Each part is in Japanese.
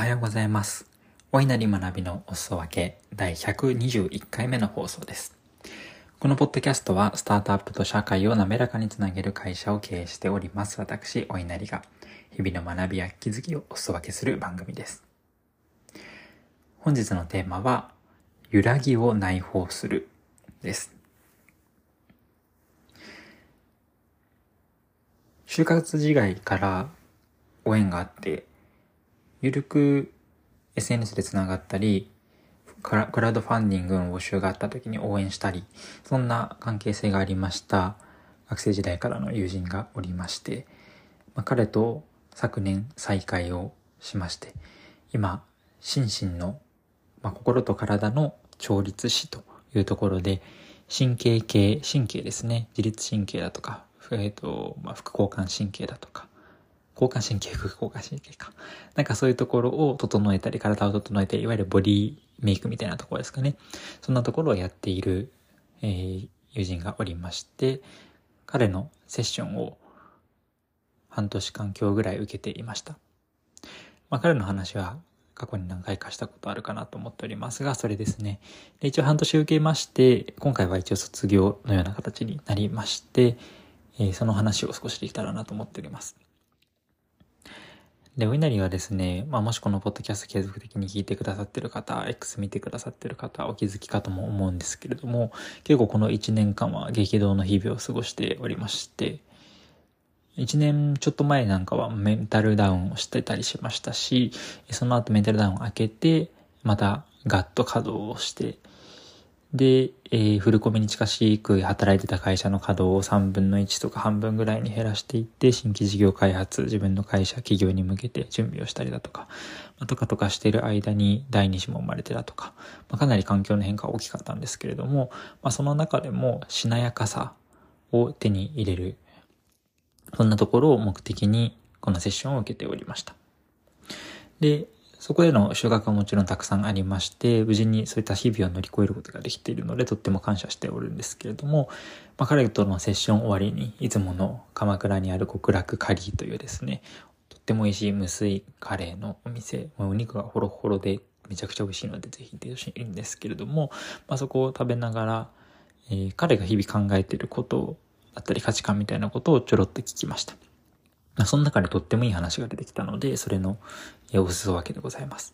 はようございます。お稲荷学びのお裾分け第121回目の放送です。このポッドキャストはスタートアップと社会を滑らかにつなげる会社を経営しております私、お稲荷が日々の学びや気づきをお裾分けする番組です。本日のテーマは揺らぎを内包するです。就活時代からご縁があってゆるく SNS でつながったり、クラウドファンディングの募集があった時に応援したり、そんな関係性がありました学生時代からの友人がおりまして、彼と昨年再会をしまして、今、心身の、心と体の調律師というところで、神経ですね、自律神経だとか、副交感神経だとか、交感神経、副交感神経か。そういうところを整えたり、体を整えて、いわゆるボディメイクみたいなところですかね。そんなところをやっている、友人がおりまして、彼のセッションを半年間今日ぐらい受けていました。彼の話は過去に何回かしたことあるかなと思っておりますが、それですね。で一応半年受けまして、今回は一応卒業のような形になりまして、その話を少しできたらなと思っております。で、お稲荷はですね、もしこのポッドキャスト継続的に聞いてくださっている方、X 見てくださっている方、お気づきかとも思うんですけれども、結構この1年間は激動の日々を過ごしておりまして、1年ちょっと前なんかはメンタルダウンをしてたりしましたし、その後メンタルダウンを明けて、またガッと稼働をして、で、フルコミに近しく働いてた会社の稼働を3分の1とか半分ぐらいに減らしていって、新規事業開発、自分の会社、企業に向けて準備をしたりだとか、とかしている間に第二子も生まれてだとか、かなり環境の変化は大きかったんですけれども、その中でもしなやかさを手に入れる、そんなところを目的にこのセッションを受けておりました。で、そこでの収穫はもちろんたくさんありまして、無事にそういった日々を乗り越えることができているので、とっても感謝しておるんですけれども、彼とのセッション終わりに、いつもの鎌倉にある極楽カリーというですね、とっても美味しい無水カレーのお店、お肉がホロホロでめちゃくちゃ美味しいので、ぜひ行ってほしいんですけれども、そこを食べながら、彼が日々考えていることだったり価値観みたいなことをちょろっと聞きました。その中でとってもいい話が出てきたので、それのお裾分けでございます。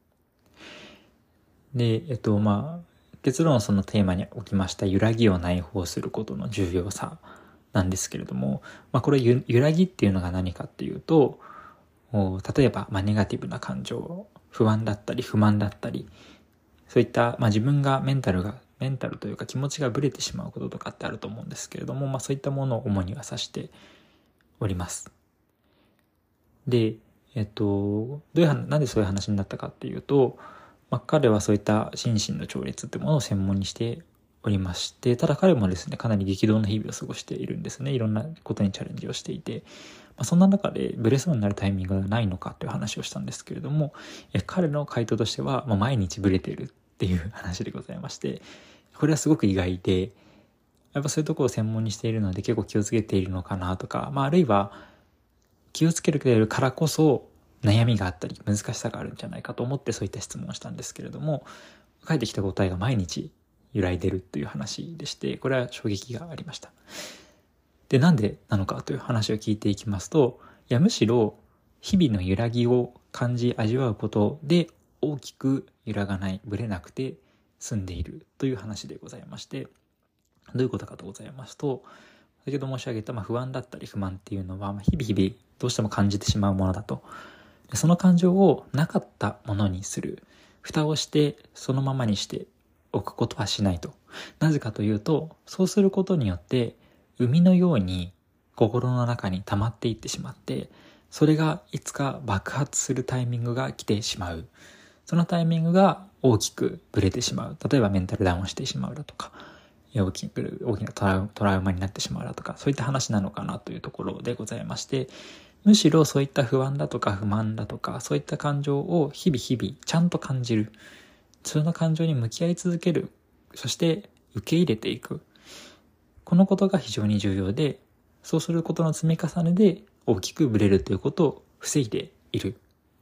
で、結論そのテーマに置きました揺らぎを内包することの重要さなんですけれども、これ揺らぎっていうのが何かっていうと、例えば、ネガティブな感情、不安だったり不満だったり、そういった、自分がメンタルというか気持ちがブレてしまうこととかってあると思うんですけれども、そういったものを主には指しております。で、なんでそういう話になったかっていうと、彼はそういった心身の調律ってものを専門にしておりまして、ただ彼もですね、かなり激動の日々を過ごしているんですね。いろんなことにチャレンジをしていて、そんな中でブレそうになるタイミングがないのかという話をしたんですけれども、彼の回答としては、毎日ブレてるっていう話でございまして、これはすごく意外で、やっぱそういうところを専門にしているので結構気をつけているのかなとか、あるいは気をつけるからこそ悩みがあったり難しさがあるんじゃないかと思ってそういった質問をしたんですけれども、返ってきた答えが毎日揺らいでるという話でして、これは衝撃がありました。で、なんでなのかという話を聞いていきますと、むしろ日々の揺らぎを感じ味わうことで大きく揺らがない、ぶれなくて済んでいるという話でございまして、どういうことかとございますと、先ほど申し上げた不安だったり不満っていうのは日々どうしても感じてしまうものだと。その感情をなかったものにする。蓋をしてそのままにしておくことはしないと。なぜかというと、そうすることによって海のように心の中に溜まっていってしまって、それがいつか爆発するタイミングが来てしまう。そのタイミングが大きくブレてしまう。例えばメンタルダウンしてしまうだとか、大きなトラウマになってしまうだとか、そういった話なのかなというところでございまして、むしろそういった不安だとか不満だとか、そういった感情を日々ちゃんと感じる。その感情に向き合い続ける。そして受け入れていく。このことが非常に重要で、そうすることの積み重ねで大きくブレるということを防いでいる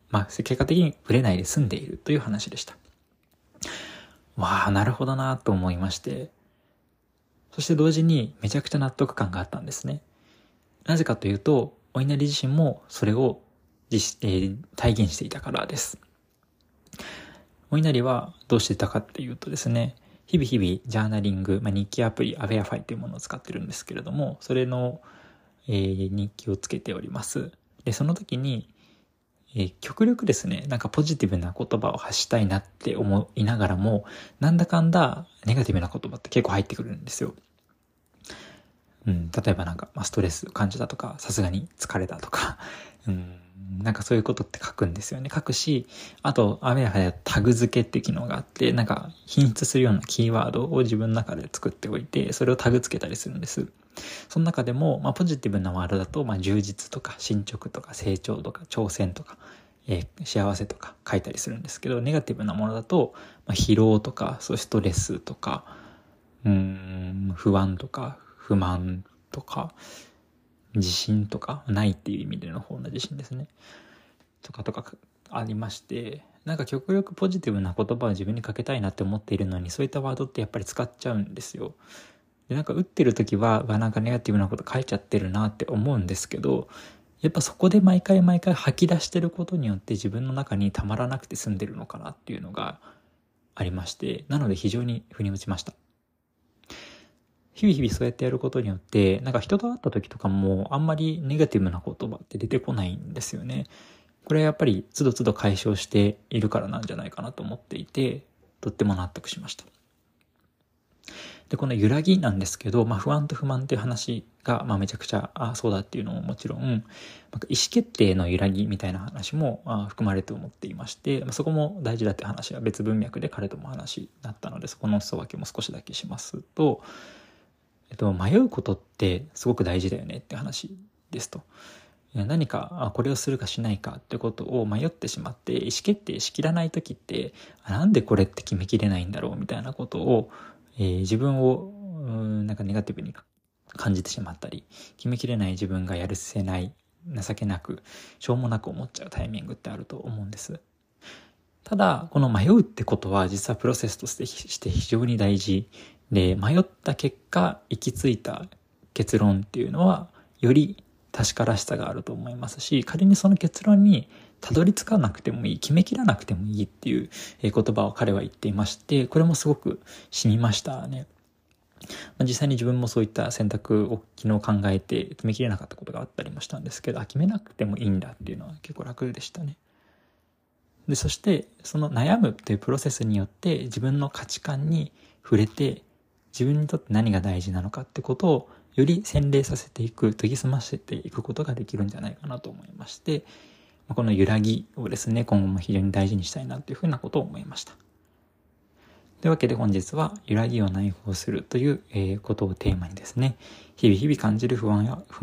結果的にブレないで済んでいるという話でした。わあ、なるほどなと思いまして、そして同時にめちゃくちゃ納得感があったんですね。なぜかというと、お稲荷自身もそれを体現していたからです。お稲荷はどうしてたかっていうとですね、日々ジャーナリング、日記アプリ、アウェアファイというものを使ってるんですけれども、それの、日記をつけております。で、その時に、極力ですね、なんかポジティブな言葉を発したいなって思いながらも、なんだかんだネガティブな言葉って結構入ってくるんですよ。例えばなんか、ストレス感じたとか、さすがに疲れたとか、なんかそういうことって書くんですよね。書くし、あと、アメリカではタグ付けって機能があって、なんか、品質するようなキーワードを自分の中で作っておいて、それをタグ付けたりするんです。その中でも、ポジティブなワードだと、充実とか、進捗とか、成長とか、挑戦とか、幸せとか書いたりするんですけど、ネガティブなものだと、疲労とか、そういうストレスとか、不安とか、不満とか、自信とか、ないっていう意味での方の自信ですね。とかありまして、なんか極力ポジティブな言葉を自分にかけたいなって思っているのに、そういったワードってやっぱり使っちゃうんですよ。で、なんか打ってる時は、なんかネガティブなこと書いちゃってるなって思うんですけど、やっぱそこで毎回吐き出してることによって自分の中にたまらなくて済んでるのかなっていうのがありまして、なので非常に腑に落ちました。日々そうやってやることによって、なんか人と会った時とかもあんまりネガティブな言葉って出てこないんですよね。これはやっぱり都度解消しているからなんじゃないかなと思っていて、とっても納得しました。で、この揺らぎなんですけど、不安と不満っていう話が、めちゃくちゃ、そうだっていうのももちろん、意思決定の揺らぎみたいな話も含まれて思っていまして、そこも大事だって話は別文脈で彼とも話になったので、そこの裾分けも少しだけしますと、迷うことってすごく大事だよねって話ですと。何かこれをするかしないかってことを迷ってしまって意思決定しきらない時って、なんでこれって決めきれないんだろうみたいなことを、自分をなんかネガティブに感じてしまったり、決めきれない自分がやるせない、情けなく、しょうもなく思っちゃうタイミングってあると思うんです。ただ、この迷うってことは実はプロセスとして非常に大事で、迷った結果行き着いた結論っていうのはより確からしさがあると思いますし、仮にその結論にたどり着かなくてもいい、決めきらなくてもいいっていう言葉を彼は言っていまして、これもすごく染みましたね。実際に自分もそういった選択を昨日考えて決めきれなかったことがあったりもしたんですけど、決めなくてもいいんだっていうのは結構楽でしたね。で、そしてその悩むというプロセスによって自分の価値観に触れて、自分にとって何が大事なのかってことをより洗練させていく、研ぎ澄ませていくことができるんじゃないかなと思いまして、この揺らぎをですね、今後も非常に大事にしたいなというふうなことを思いました。というわけで本日は揺らぎを内包するということをテーマにですね、日々感じる不安や不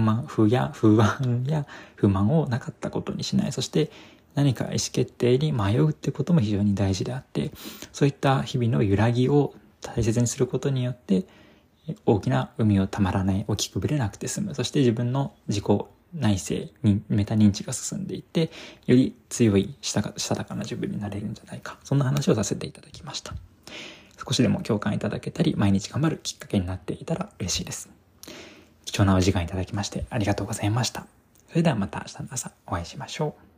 満をなかったことにしない、そして何か意思決定に迷うってことも非常に大事であって、そういった日々の揺らぎを大切にすることによって大きな海をたまらない、大きくぶれなくて済む、そして自分の自己内省にメタ認知が進んでいって、より強いしたたかな自分になれるんじゃないか、そんな話をさせていただきました。少しでも共感いただけたり、毎日頑張るきっかけになっていたら嬉しいです。貴重なお時間いただきましてありがとうございました。それではまた明日の朝お会いしましょう。